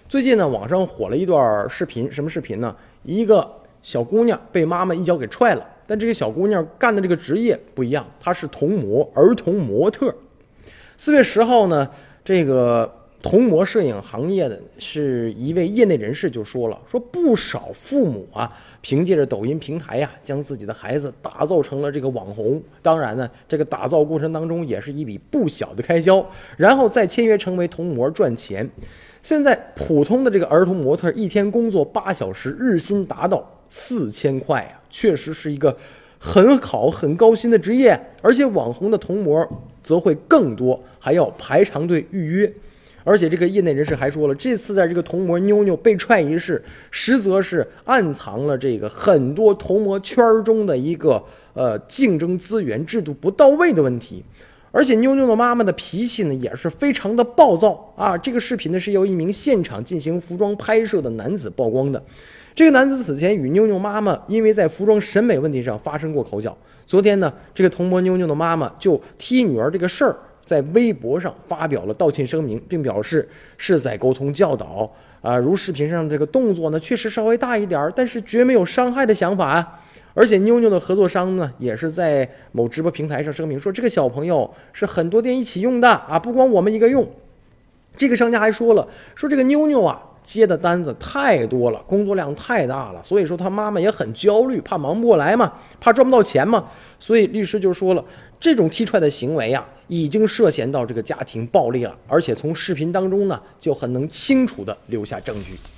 最近呢，网上火了一段视频，什么视频呢？一个小姑娘被妈妈一脚给踹了，但这个小姑娘干的这个职业不一样，她是童模，儿童模特。4月10号呢，这个童模摄影行业的是一位业内人士就说了，说不少父母啊，凭借着抖音平台呀，将自己的孩子打造成了这个网红。当然呢，这个打造过程当中也是一笔不小的开销，然后再签约成为童模赚钱。现在普通的这个儿童模特一天工作8小时，日薪达到4000块啊，确实是一个很好很高薪的职业。而且网红的童模则会更多，还要排长队预约。而且这个业内人士还说了，这次在这个童模妞妞被踹一事，实则是暗藏了这个很多童模圈中的一个竞争资源制度不到位的问题。而且妞妞的妈妈的脾气呢也是非常的暴躁啊！这个视频呢是由一名现场进行服装拍摄的男子曝光的。这个男子此前与妞妞妈妈因为在服装审美问题上发生过口角。昨天呢，这个童模妞妞的妈妈就踢女儿这个事儿，在微博上发表了道歉声明，并表示是在沟通教导啊，如视频上这个动作呢确实稍微大一点，但是绝没有伤害的想法啊。而且妞妞的合作商呢，也是在某直播平台上声明说，这个小朋友是很多店一起用的啊，不光我们一个用。这个商家还说了，说这个妞妞啊接的单子太多了，工作量太大了，所以说他妈妈也很焦虑，怕忙不过来嘛，怕赚不到钱嘛。所以律师就说了，这种踢踹的行为啊，已经涉嫌到这个家庭暴力了，而且从视频当中呢，就很能清楚的留下证据。